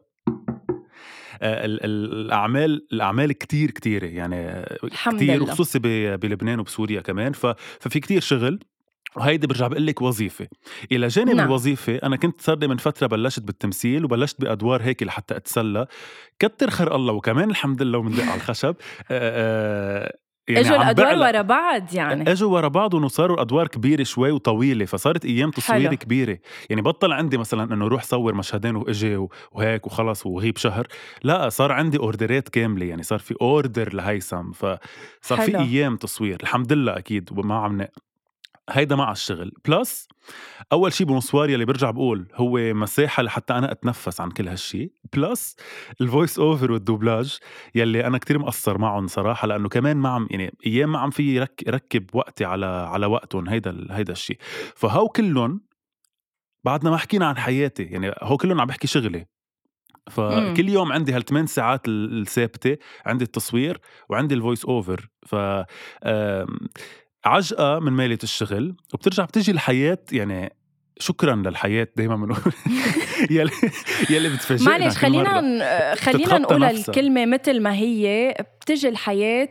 الأعمال كتير يعني كتير، وخصوصي بلبنان وبسوريا كمان، ففي كتير شغل. وهيدي برجع بقول لك وظيفة إلى جانب الوظيفة. أنا كنت صار لي من فترة بلشت بالتمثيل وبلشت بأدوار هيك لحتى أتسلى، كتر خير الله. وكمان الحمد لله ومندق على الخشب يعني اجوا الأدوار ورا بعض، يعني اجوا ورا بعض وصاروا الأدوار كبيرة شوي وطويلة، فصارت أيام تصوير حلو. كبيرة. يعني بطل عندي مثلا أنه روح صور مشهدين وإجي وهيك وخلص وغيب شهر، لا صار عندي أوردرات كاملة. يعني صار في أوردر لهيثم، فصار في أيام تصوير الحمد لله أكيد. وما عم هيدا مع الشغل بلس أول شي بونسوار يلي برجع بقول هو مساحة لحتى أنا أتنفس عن كل هالشي، بلس الفويس أوفر والدوبلاج يلي أنا كتير مقصر معهم صراحة، لأنه كمان ما عم يعني أيام ما عم في ركب وقتي على وقتهم. هيدا الشي. فهو كلهم بعدنا ما حكينا عن حياتي، يعني هو كلهم عم بحكي شغلي. فكل يوم عندي هال8 ساعات الثابتة، عندي التصوير وعندي الفويس أوفر. عجقة من مالة الشغل، وبترجع بتجي الحياة. يعني شكرا للحياة دايما بنقول يلي بتفاجئنا. معلش خلينا نقول الكلمة مثل ما هي، بتجي الحياة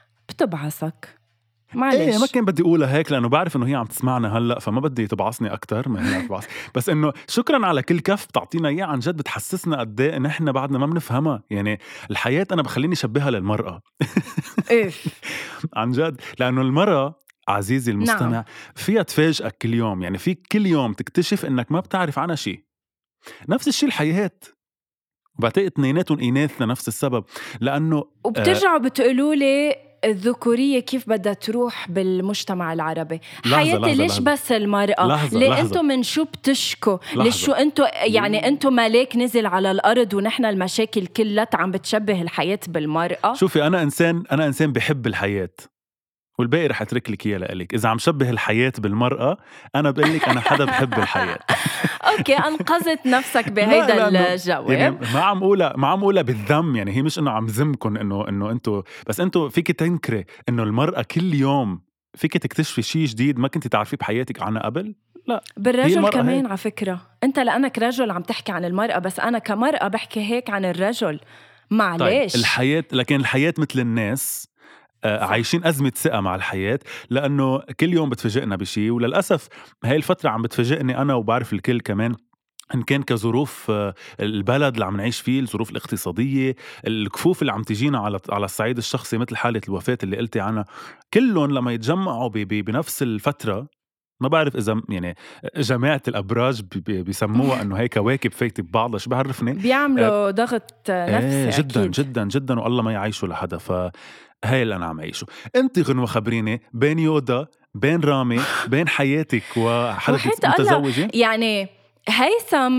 بتبعثك. ايه ما كان بدي اقولها هيك لانه بعرف انه هي عم تسمعنا هلا، فما بدي تبعصني اكتر ما هي تبعص. بس انه شكرا على كل كف بتعطينا اياه، عن جد بتحسسنا قد ايه ان احنا بعدنا ما بنفهمها. يعني الحياه انا بخليني اشبهها للمراه. ايه عن جد، لانه المراه عزيزي المستمع نعم. فيها تفاجئك كل يوم، يعني فيك كل يوم تكتشف انك ما بتعرف عنها شيء. نفس الشيء الحياه، وبعتقد اثنيناتهم إناث لنفس السبب، لأنه وبترجعوا بتقولوا لي الذكورية كيف بدها تروح بالمجتمع العربي. حياتي ليش بس المرأة؟ ليه أنتم من شو بتشكوا؟ ليش شو أنتم يعني أنتم ملاك نزل على الأرض ونحن المشاكل كلها عم بتشبه الحياة بالمرأة؟ شوفي أنا إنسان بحب الحياة، والباقي رح أترك لك إياه لإلك. إذا عم شبه الحياة بالمرأة أنا بقول لك أنا حدا بحب الحياة. أوكي أنقذت نفسك بهيدا الجواب. يعني ما عم أقولها بالذم، يعني هي مش إنه عم ذمكن إنه أنتوا، بس أنتوا فيك تنكري إنه المرأة كل يوم فيك تكتشفي شيء جديد ما كنتي تعرفيه بحياتك عنها قبل. لا بالرجل كمان على فكرة. أنت لأنك رجل عم تحكي عن المرأة، بس أنا كمرأة بحكي هيك عن الرجل. معليش طيب الحياة، لكن الحياة مثل الناس عايشين أزمة ثقة مع الحياة، لأنه كل يوم بتفاجئنا بشيء. وللأسف هاي الفترة عم بتفاجئني أنا وبعرف الكل كمان، إن كان كظروف البلد اللي عم نعيش فيه، الظروف الاقتصادية، الكفوف اللي عم تجينا على الصعيد الشخصي مثل حالة الوفاة اللي قلتي عنها، كلهم لما يتجمعوا بنفس الفترة، ما بعرف إذا يعني جماعة الأبراج بيسموها إنه هي كواكب فايتة ببعضها، شو بعرفني، بيعملوا ضغط نفسي جدا أكيد. جدا جدا، والله ما يعيشوا لحدا. هاي اللي أنا عم عيشه. أنت غنوة خبريني، بين يودا بين رامي بين حياتك وحدا متزوجة؟ يعني هيثم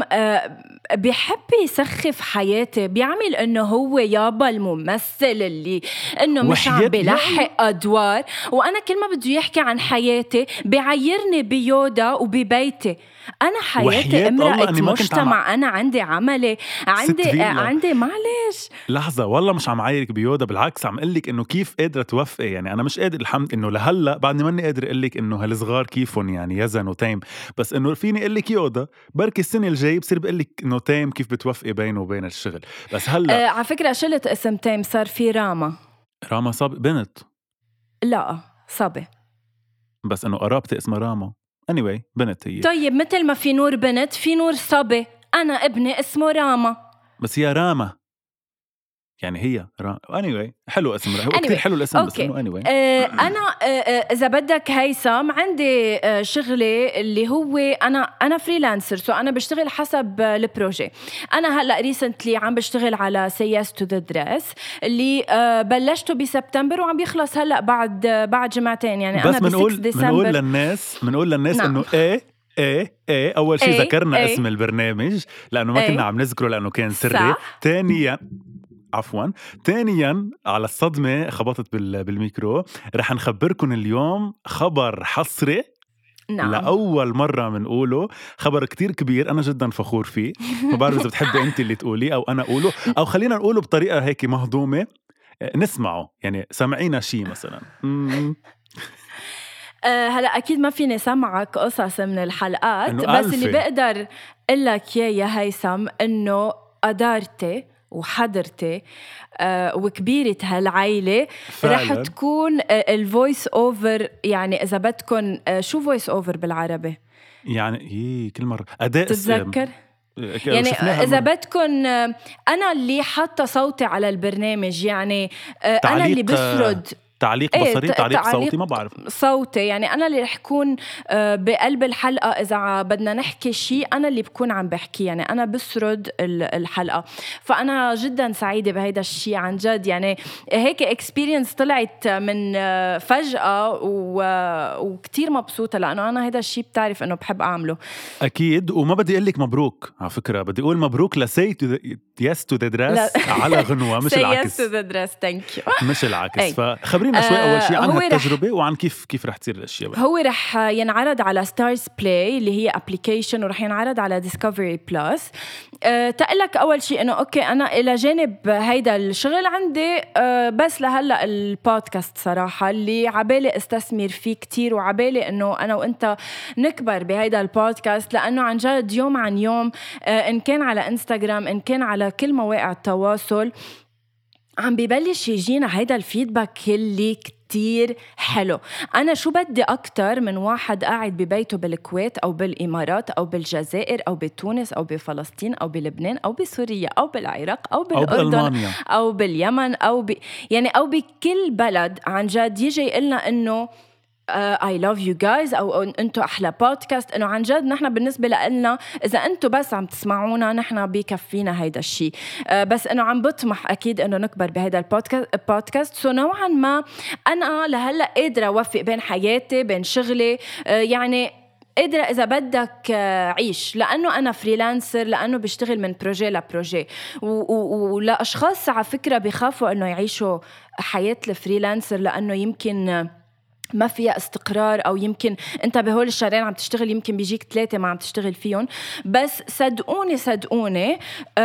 بيحب يسخف حياتي، بيعمل انه هو يابا الممثل اللي انه مش عم بيلحق ادوار، وانا كل ما بده يحكي عن حياتي بيعيرني بيودا وببيتي. انا حياتي امرأة مجتمع، انا عندي عملي، عندي معلش. لحظة والله مش عم عايرك بيودا، بالعكس عم قلك انه كيف قادرة توفقي. يعني انا مش قادر الحمد انه لهلا بعدني ماني قادر اقلك انه هالصغار كيفهم يعني يزن وتيم، بس انه فيني اقلك يودا بركي السنة الجاي بصير بقلك انه تيم كيف بتوفقي بينه وبين الشغل. بس هلا على فكرة شلت اسم تيم، صار في راما صبي بنت. لا صبي، بس انه قرابتي اسمها راما. anyway بنت هي. طيب مثل ما في نور بنت في نور صبي، أنا ابني اسمه راما. بس هي راما يعني هي anyway حلو اسم هو كتير حلو الاسم. بس انه anyway انا اذا بدك هيثم عندي شغلي اللي هو انا فريلانسر، سو انا بشتغل حسب البروجي. انا هلا ريسنتلي عم بشتغل على Say Yes to the Dress اللي بلشته بسبتمبر وعم بيخلص هلا بعد جمعتين. يعني بس انا بنقول للناس نعم. انه ايه اول شيء ذكرنا اسم البرنامج لانه ما كنا عم نذكره لانه كان سري. ثانياً على الصدمة خبطت بالميكرو، رح نخبركن اليوم خبر حصري. نعم. لأول مرة منقوله، خبر كتير كبير أنا جدا فخور فيه. ما بعرف إذا بتحبي أنت اللي تقولي أو أنا أقوله، أو خلينا نقوله بطريقة هيك مهضومة نسمعه. يعني سمعينا شيء مثلا. هلا أكيد ما فيني سمعك قصص من الحلقات، بس ألفي. اللي بقدر قلك يا هيثم إنه قدرتي وحضرتي وكبيرة هالعيلة رح تكون الفويس أوفر. يعني إذا بدكن شو فويس أوفر بالعربي؟ يعني كل مرة أداء تتذكر؟ يعني إذا بدكن أنا اللي حاطة صوتي على البرنامج، يعني أنا اللي بسرد تعليق بصري، تعليق صوتي، ما بعرف صوتي. يعني أنا اللي رح كون بقلب الحلقة إذا بدنا نحكي شيء، أنا اللي بكون عم بحكي. يعني أنا بسرد الحلقة. فأنا جدا سعيدة بهيدا الشيء عن جد. يعني هيك experience طلعت من فجأة وكتير مبسوطة لأنه أنا هيدا الشيء بتعرف أنه بحب أعمله أكيد. وما بدي أقولك مبروك على فكرة، بدي أقول مبروك Say Yes to the Dress على غنوة، مش العكس. Say Yes to the Dress. Thank you. مش العكس. فخبرينا خبرينا شوي أول شيء عن التجربة وعن كيف رح تصير الأشياء بقى. هو رح ينعرض على ستارز بلاي اللي هي ابليكيشن، ورح ينعرض على ديسكفري بلس. تقلك أول شيء إنه أوكي أنا إلى جانب هيدا الشغل عندي بس لهلأ البودكاست صراحة اللي عبالي استثمر فيه كتير، وعبالي إنه أنا وإنت نكبر بهيدا البودكاست، لأنه عن جد يوم عن يوم إن كان على إنستغرام إن كان على كل مواقع التواصل عم ببلش يجينا هيدا الفيدباك اللي كتير حلو. أنا شو بدي أكتر من واحد قاعد ببيته بالكويت أو بالإمارات أو بالجزائر أو بتونس أو بفلسطين أو بلبنان أو بسوريا أو بالعراق أو بالأردن أو باليمن يعني أو بكل بلد عن جد يجي يقلنا إنه I love you guys أو أنتوا أحلى بودكاست. إنه عن جد نحن بالنسبة لنا إذا أنتوا بس عم تسمعونا نحن بيكفينا هيدا الشيء. بس إنه عم بطمح أكيد إنه نكبر بهيدا البودكاست. سو نوعا ما أنا لهلأ قادرة أوفق بين حياتي بين شغلي، يعني قادرة إذا بدك عيش، لأنه أنا فريلانسر، لأنه بشتغل من بروجي لبروجي. ولا أشخاص على فكرة بيخافوا إنه يعيشوا حياة الفريلانسر لأنه يمكن ما فيها استقرار، أو يمكن أنت بهول الشهرين عم تشتغل يمكن بيجيك 3 ما عم تشتغل فيهم. بس صدقوني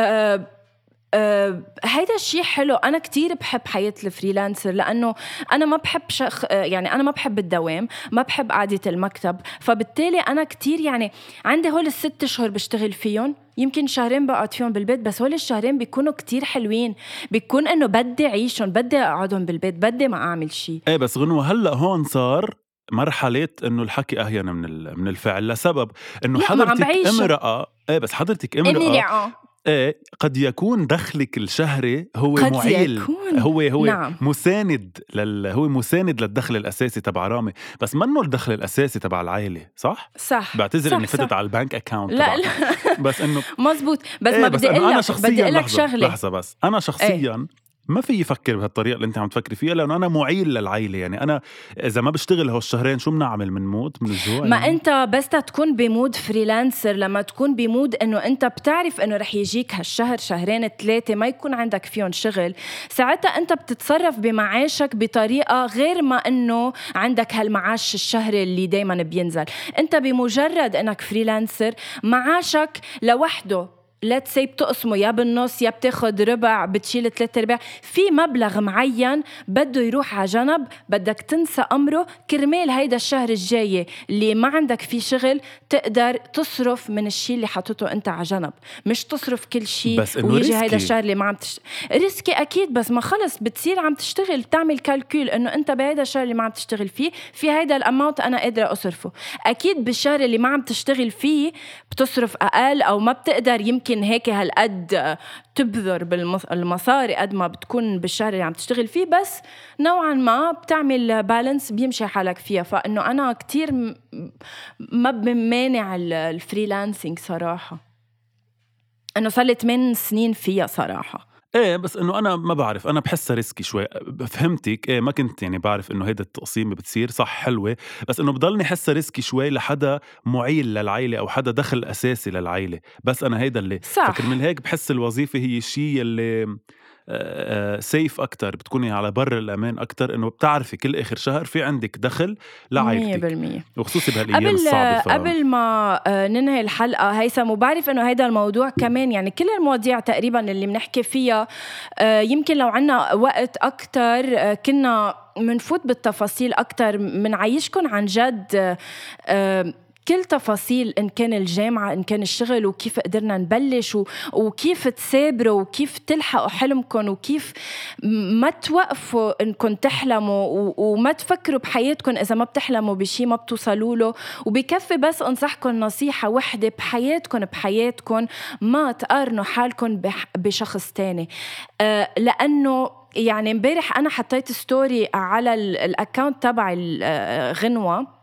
هيدا الشيء حلو. أنا كتير بحب حياة الفريلانسر لأنه أنا ما بحب يعني أنا ما بحب الدوام، ما بحب قعدة المكتب. فبالتالي أنا كتير يعني عندي هول 6 شهور بشتغل فيهم، يمكن 2 شهر بقعد فيهم بالبيت، بس هول 2 شهر بيكونوا كتير حلوين، بيكون إنه بدي أعيشهم، بدي أقعدهم بالبيت، بدي ما أعمل شيء. إيه بس غنوة هلأ هون صار مرحلة إنه الحكي أهين من الفعل، لسبب إنه حضرتك امرأة. إيه بس حضرتك امرأة. إيه قد يكون دخلك الشهري هو معيل، هو نعم. هو مساند للدخل الأساسي تبع رامي، بس منه الدخل الأساسي تبع العائلة. صح بعتذر إني فتت على البنك أكاونت لا بس إنه مزبوط. بس ما بدي أقول لك شغلة. لحظة بس أنا شخصيا ما في يفكر بهالطريقة اللي أنت عم تفكري فيها، لأنه أنا معيل للعائلة. يعني أنا إذا ما بشتغل هالشهرين شو بنعمل؟ من موت من الجوع. ما يعني أنت بس تكون بمود فريلانسر، لما تكون بمود إنه أنت بتعرف إنه رح يجيك هالشهر 2-3 ما يكون عندك فيهم شغل، ساعتها أنت بتتصرف بمعاشك بطريقة غير ما إنه عندك هالمعاش الشهري اللي دايما بينزل. أنت بمجرد إنك فريلانسر معاشك لوحده let's say بتقسمه يا بالنص يا بتاخد ربع، بتشيل 3/4 في مبلغ معين بده يروح على جنب، بدك تنسى أمره كرمال هيدا الشهر الجاي اللي ما عندك فيه شغل تقدر تصرف من الشيء اللي حطته أنت على جنب، مش تصرف كل شيء ويجي هيدا الشهر اللي ما عم ريسكي أكيد. بس ما خلص بتصير عم تشتغل تعمل كالكول إنه أنت بهيدا الشهر اللي ما عم تشتغل فيه في هيدا الأماونت أنا قادرة أصرفه. أكيد بالشهر اللي ما عم تشتغل فيه بتصرف أقل أو ما بتقدر يمكن هيك هالقد تبذر بالمصاري قد ما بتكون بالشهر اللي عم تشتغل فيه، بس نوعا ما بتعمل بالانس بيمشي حالك فيها. فإنه أنا كتير ما بمانع الفريلانسينج صراحة، إنه صار لي 8 سنين فيها صراحة. ايه بس انه انا ما بعرف، انا بحسها ريسكي شوي. فهمتك. ايه ما كنت يعني بعرف انه هيدا التقسيم بتصير صح حلوة، بس انه بضلني حسها ريسكي شوي لحدا معيل للعائلة او حدا دخل اساسي للعائلة. بس انا هيدا اللي فكر من هيك بحس الوظيفة هي الشيء اللي سيف أكتر، بتكوني على بر الأمان أكتر، إنه بتعرفي كل آخر شهر في عندك دخل لعائلتك 100%. وخصوصي بهالأيام الصعبة. قبل ما ننهي الحلقة هيثم، وبعرف إنه هيدا الموضوع كمان يعني كل المواضيع تقريبا اللي بنحكي فيها يمكن لو عنا وقت أكتر كنا منفوت بالتفاصيل أكتر، منعيشكن عن جد كل تفاصيل إن كان الجامعة إن كان الشغل، وكيف قدرنا نبلش وكيف تسابروا وكيف تلحقوا حلمكم وكيف ما توقفوا إنكم تحلموا وما تفكروا بحياتكم إذا ما بتحلموا بشي ما بتوصلوا له. وبكفي بس أنصحكم نصيحة واحدة بحياتكم ما تقارنوا حالكم بشخص تاني. لأنه يعني امبارح أنا حطيت ستوري على الأكاونت تبع غنوة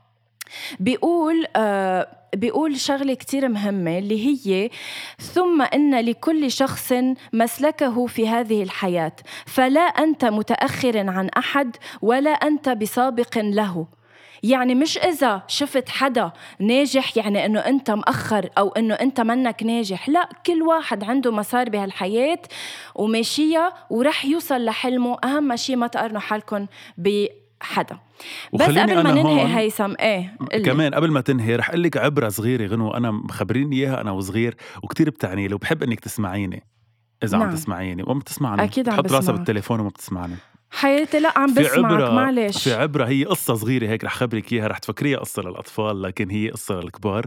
بيقول شغلة كتير مهمة اللي هي ثم إن لكل شخص مسلكه في هذه الحياة، فلا أنت متأخر عن أحد ولا أنت بسابق له. يعني مش إذا شفت حدا ناجح يعني إنه أنت مأخر أو إنه أنت منك ناجح. لا، كل واحد عنده مسار بهالحياة وماشية ورح يوصل لحلمه. أهم شيء ما تقارنوا حالكم بحدا. بس قبل ما ننهي هيثم كمان قبل ما تنهي رح أقول لك عبرة صغيرة غنو أنا مخبريني إياها أنا وصغير وكتير بتعني لي وبحب إنك تسمعيني إذا عم تسمعيني وما بتسمعني أكيد تحط راسها بالتليفون وما بتسمعني حياتي. لا عم بسمعك معلش. في عبرة هي قصة صغيرة هيك رح خبرك إياها، رح تفكريها قصة للأطفال لكن هي قصة للكبار.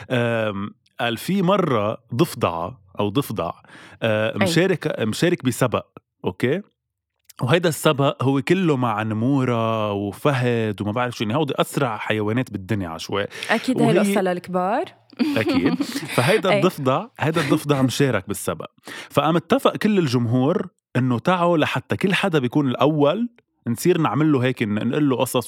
قال في مرة ضفدعة أو ضفدع مشارك بسبق، أوكي، وهيدا السبق هو كله مع نمورة وفهد وما بعرف شو، يعني هودي أسرع حيوانات بالدنيا عشوائي. أكيد هاي القصة للكبار أكيد. فهيدا الضفدع مشارك بالسبق، فقام اتفق كل الجمهور إنه تعالوا لحتى كل حدا بيكون الأول نصير نعمل له هيك، نقول له قصص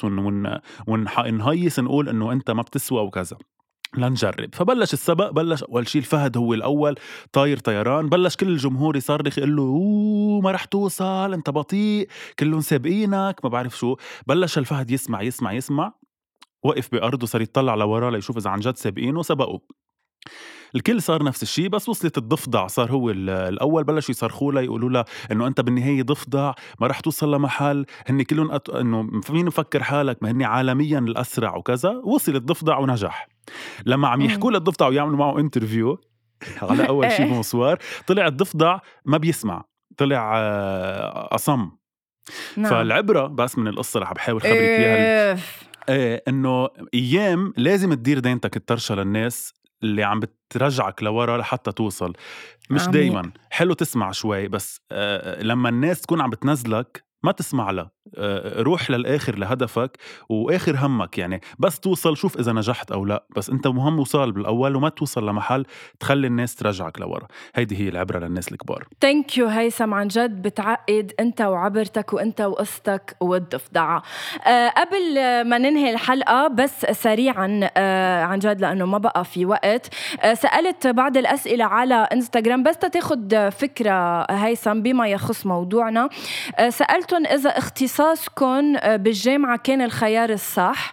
ونهيس نقول إنه أنت ما بتسوى وكذا لنجرب. فبلش السبق، بلش أول شيء الفهد هو الأول طاير طيران، بلش كل الجمهور يصرخ يقول له ما رح توصل أنت بطيء كلهم سابقينك ما بعرف شو. بلش الفهد يسمع وقف بأرضه صار يطلع لورا ليشوف إذا عن جد سابقينه وسبقوا. الكل صار نفس الشيء بس وصلت الضفدع صار هو الأول. بلشوا يصرخوا له يقولوا له إنه أنت بالنهاية ضفدع ما رح توصل لمحل، هني كلهم إنه مين مفكر حالك ما هني عالميا الأسرع وكذا. وصل الضفدع ونجح. لما عم يحكوا له الضفدع ويعملوا معه انترفيو على أول شيء بمصوار، طلع الضفدع ما بيسمع، طلع أصم. فالعبرة بس من القصة رح بحاول خبرك إياها إنه أيام لازم تدير دينتك الترشة للناس اللي عم بترجعك لورا لحتى توصل. مش دايما حلو تسمع شوي بس لما الناس تكون عم بتنزلك ما تسمع له. روح للآخر لهدفك وآخر همك، يعني بس توصل. شوف إذا نجحت أو لا، بس أنت مهم وصال بالأول وما توصل لمحل تخلي الناس ترجعك لورا. هيدي هي العبرة للناس الكبار. Thank you هيثم، عن جد بتعقد أنت وعبرتك وأنت وقصتك والضفدعة. قبل ما ننهي الحلقة بس سريعا عن جد لأنه ما بقى في وقت، سألت بعض الأسئلة على إنستغرام بس تاخد فكرة هيثم بما يخص موضوعنا. سألتهم إذا اختصاصكم بالجامعة كان الخيار الصح.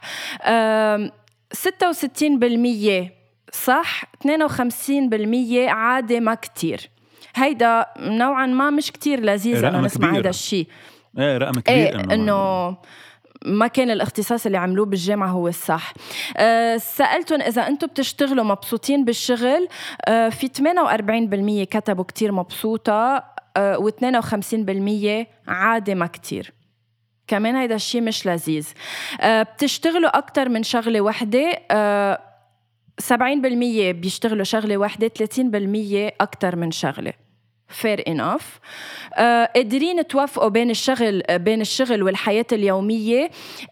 66% صح، 52% عادي ما كتير. هيدا نوعا ما مش كتير لذيذ أنه نسمع هذا الشيء. رقم كبير إنه ما كان الاختصاص اللي عملوه بالجامعة هو الصح. سألتهم إذا أنتم بتشتغلوا مبسوطين بالشغل. في 48% كتبوا كتير مبسوطة، و52% عادي ما كتير. كمان هيدا الشيء مش لذيذ. بتشتغلوا أكتر من شغلة واحدة. 70% بيشتغلوا شغلة واحدة، 30% أكتر من شغلة. fair enough. قادرين توافقوا بين الشغل والحياة اليومية.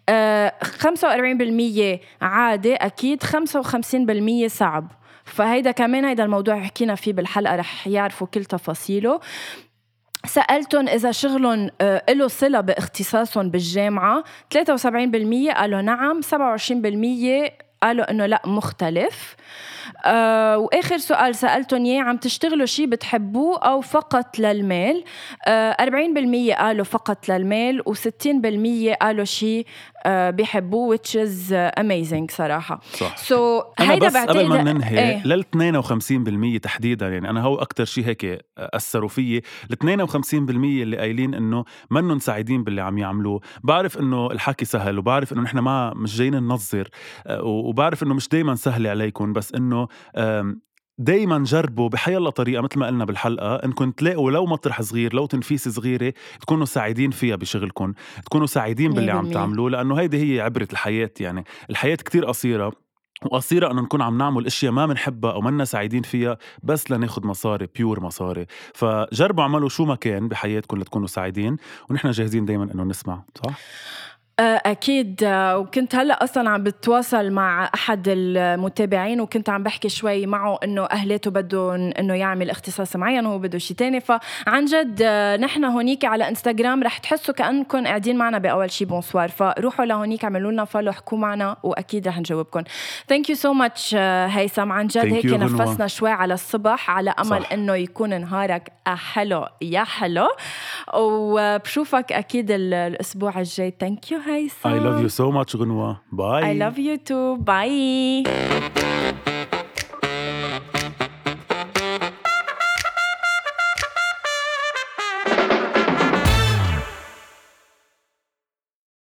45% عادي أكيد، 55% صعب. فهيدا كمان هيدا الموضوع حكينا فيه بالحلقة، رح يعرفوا كل تفاصيله. سألتهم إذا شغلهم له صلة باختصاصهم بالجامعة. 73% قالوا نعم، 27% قالوا إنه لا مختلف. وآخر سؤال سألتهم إياه، عم تشتغلوا شيء بتحبوه أو فقط للمال؟ 40% قالوا فقط للمال، و60% قالوا شيء بيحبوه which is amazing صراحة. صح. أنا بس قبل ما ننهي لل 52% تحديدا، يعني أنا هو أكتر شيء هيك أثروا فيه. ال 52% اللي قايلين إنه منن سعيدين باللي عم يعملوه. بعرف إنه الحكي سهل، وبعرف إنه نحن مش جايين ننظر، وبعرف إنه مش دايما سهل عليكم، بس إنه دايما جربوا بحي الله طريقة مثل ما قلنا بالحلقة إنكم تلاقوا لو مطرح صغير، لو تنفيس صغيرة تكونوا سعيدين فيها بشغلكم، تكونوا سعيدين باللي عم تعملوه، لأنه هيدي هي عبرة الحياة. يعني الحياة كتير قصيرة، وقصيرة أنه نكون عم نعمل أشياء ما منحبها أو منا سعيدين فيها بس لناخد مصاري، بيور مصاري. فجربوا عملوا شو ما كان بحياتكم لتكونوا سعيدين، ونحن جاهزين دايما أنه نسمع. صح؟ أكيد. وكنت هلأ أصلاً عم بتواصل مع أحد المتابعين، وكنت عم بحكي شوي معه إنه أهلاته بدون إنه يعمل اختصاص معين وهو بده شيء تاني. فعن جد نحن هونيك على إنستغرام رح تحسوا كأنكم قاعدين معنا بأول شي بونسوار. فروحوا لهونيك، عملوا لنا فولو، حكوا معنا، وأكيد رح نجاوبكم. Thank you so much هيثم، عن جد هيك نفسنا شوي على الصبح، على أمل إنه يكون نهارك حلو يا حلو. وبشوفك أكيد الأسبوع الجاي. Thank you. هيثم. I love you so much غنوة. باي. I love you too. Bye.